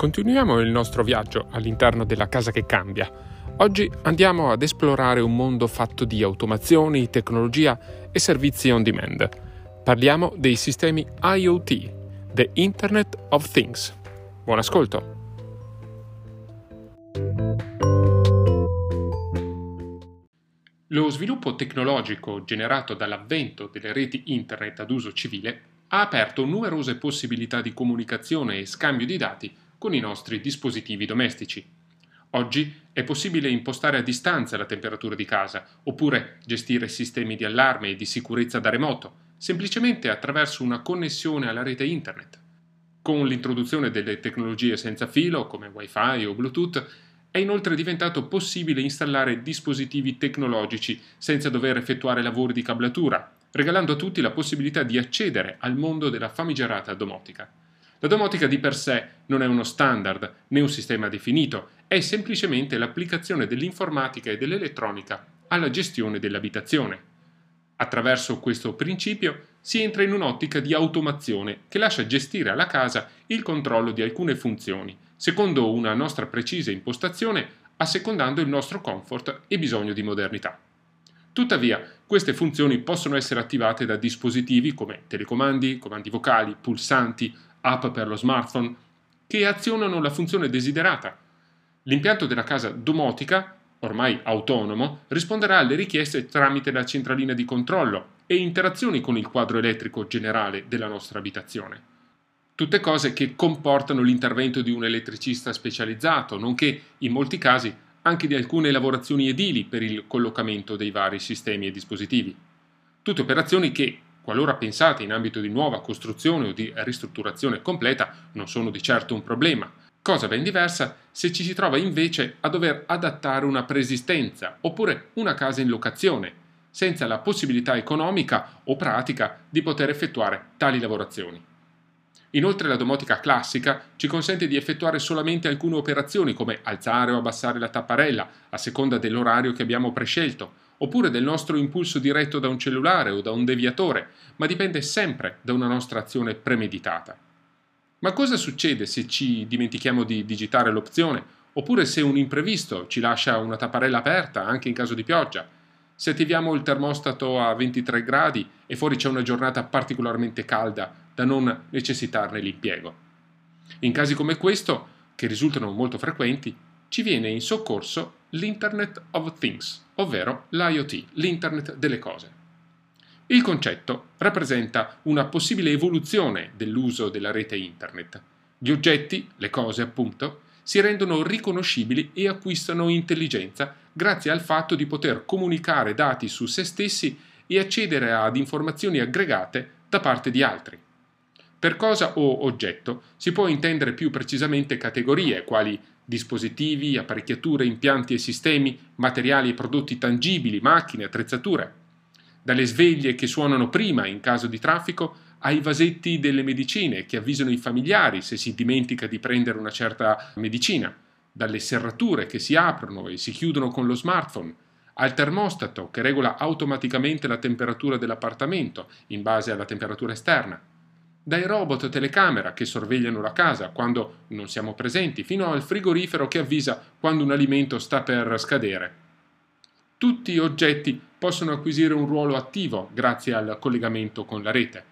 Continuiamo il nostro viaggio all'interno della casa che cambia. Oggi andiamo ad esplorare un mondo fatto di automazioni, tecnologia e servizi on demand. Parliamo dei sistemi IoT, The Internet of Things. Buon ascolto! Lo sviluppo tecnologico generato dall'avvento delle reti internet ad uso civile ha aperto numerose possibilità di comunicazione e scambio di dati con i nostri dispositivi domestici. Oggi è possibile impostare a distanza la temperatura di casa, oppure gestire sistemi di allarme e di sicurezza da remoto, semplicemente attraverso una connessione alla rete internet. Con l'introduzione delle tecnologie senza filo, come Wi-Fi o Bluetooth, è inoltre diventato possibile installare dispositivi tecnologici senza dover effettuare lavori di cablatura, regalando a tutti la possibilità di accedere al mondo della famigerata domotica. La domotica di per sé non è uno standard né un sistema definito, è semplicemente l'applicazione dell'informatica e dell'elettronica alla gestione dell'abitazione. Attraverso questo principio si entra in un'ottica di automazione che lascia gestire alla casa il controllo di alcune funzioni, secondo una nostra precisa impostazione, assecondando il nostro comfort e bisogno di modernità. Tuttavia, queste funzioni possono essere attivate da dispositivi come telecomandi, comandi vocali, pulsanti, app per lo smartphone, che azionano la funzione desiderata. L'impianto della casa domotica, ormai autonomo, risponderà alle richieste tramite la centralina di controllo e interazioni con il quadro elettrico generale della nostra abitazione. Tutte cose che comportano l'intervento di un elettricista specializzato, nonché, in molti casi, anche di alcune lavorazioni edili per il collocamento dei vari sistemi e dispositivi. Tutte operazioni che, qualora pensate in ambito di nuova costruzione o di ristrutturazione completa, non sono di certo un problema. Cosa ben diversa se ci si trova invece a dover adattare una preesistenza oppure una casa in locazione, senza la possibilità economica o pratica di poter effettuare tali lavorazioni. Inoltre la domotica classica ci consente di effettuare solamente alcune operazioni come alzare o abbassare la tapparella a seconda dell'orario che abbiamo prescelto, oppure del nostro impulso diretto da un cellulare o da un deviatore, ma dipende sempre da una nostra azione premeditata. Ma cosa succede se ci dimentichiamo di digitare l'opzione, oppure se un imprevisto ci lascia una tapparella aperta anche in caso di pioggia? Se attiviamo il termostato a 23 gradi e fuori c'è una giornata particolarmente calda da non necessitarne l'impiego. In casi come questo, che risultano molto frequenti, ci viene in soccorso l'Internet of Things, ovvero l'IoT, l'Internet delle cose. Il concetto rappresenta una possibile evoluzione dell'uso della rete Internet. Gli oggetti, le cose appunto, si rendono riconoscibili e acquistano intelligenza grazie al fatto di poter comunicare dati su se stessi e accedere ad informazioni aggregate da parte di altri. Per cosa o oggetto si può intendere più precisamente categorie quali dispositivi, apparecchiature, impianti e sistemi, materiali e prodotti tangibili, macchine, attrezzature. Dalle sveglie che suonano prima in caso di traffico ai vasetti delle medicine che avvisano i familiari se si dimentica di prendere una certa medicina, dalle serrature che si aprono e si chiudono con lo smartphone, al termostato che regola automaticamente la temperatura dell'appartamento in base alla temperatura esterna, dai robot telecamera che sorvegliano la casa quando non siamo presenti, fino al frigorifero che avvisa quando un alimento sta per scadere. Tutti oggetti possono acquisire un ruolo attivo grazie al collegamento con la rete.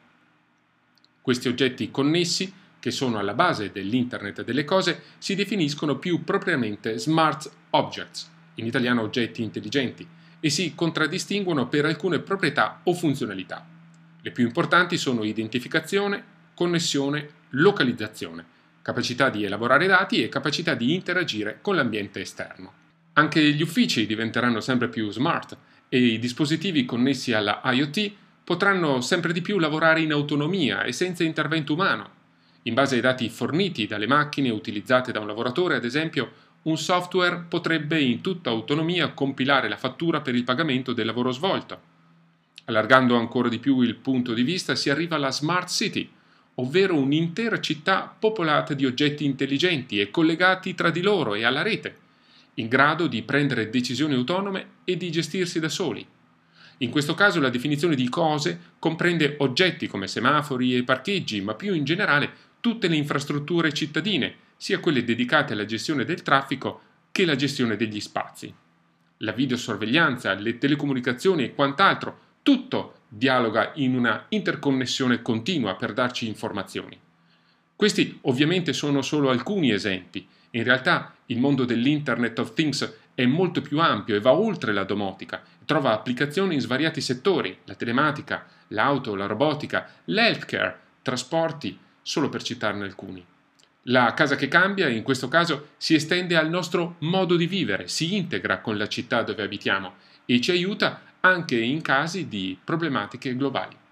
Questi oggetti connessi, che sono alla base dell'Internet delle cose, si definiscono più propriamente smart objects, in italiano oggetti intelligenti, e si contraddistinguono per alcune proprietà o funzionalità. Le più importanti sono identificazione, connessione, localizzazione, capacità di elaborare dati e capacità di interagire con l'ambiente esterno. Anche gli uffici diventeranno sempre più smart e i dispositivi connessi alla IoT potranno sempre di più lavorare in autonomia e senza intervento umano. In base ai dati forniti dalle macchine utilizzate da un lavoratore, ad esempio, un software potrebbe in tutta autonomia compilare la fattura per il pagamento del lavoro svolto. Allargando ancora di più il punto di vista si arriva alla Smart City, ovvero un'intera città popolata di oggetti intelligenti e collegati tra di loro e alla rete, in grado di prendere decisioni autonome e di gestirsi da soli. In questo caso la definizione di cose comprende oggetti come semafori e parcheggi, ma più in generale tutte le infrastrutture cittadine, sia quelle dedicate alla gestione del traffico che la gestione degli spazi. La videosorveglianza, le telecomunicazioni e quant'altro, tutto dialoga in una interconnessione continua per darci informazioni. Questi ovviamente sono solo alcuni esempi. In realtà il mondo dell'Internet of Things è molto più ampio e va oltre la domotica, trova applicazioni in svariati settori, la telematica, l'auto, la robotica, l'healthcare, trasporti, solo per citarne alcuni. La casa che cambia, in questo caso, si estende al nostro modo di vivere, si integra con la città dove abitiamo e ci aiuta anche in casi di problematiche globali.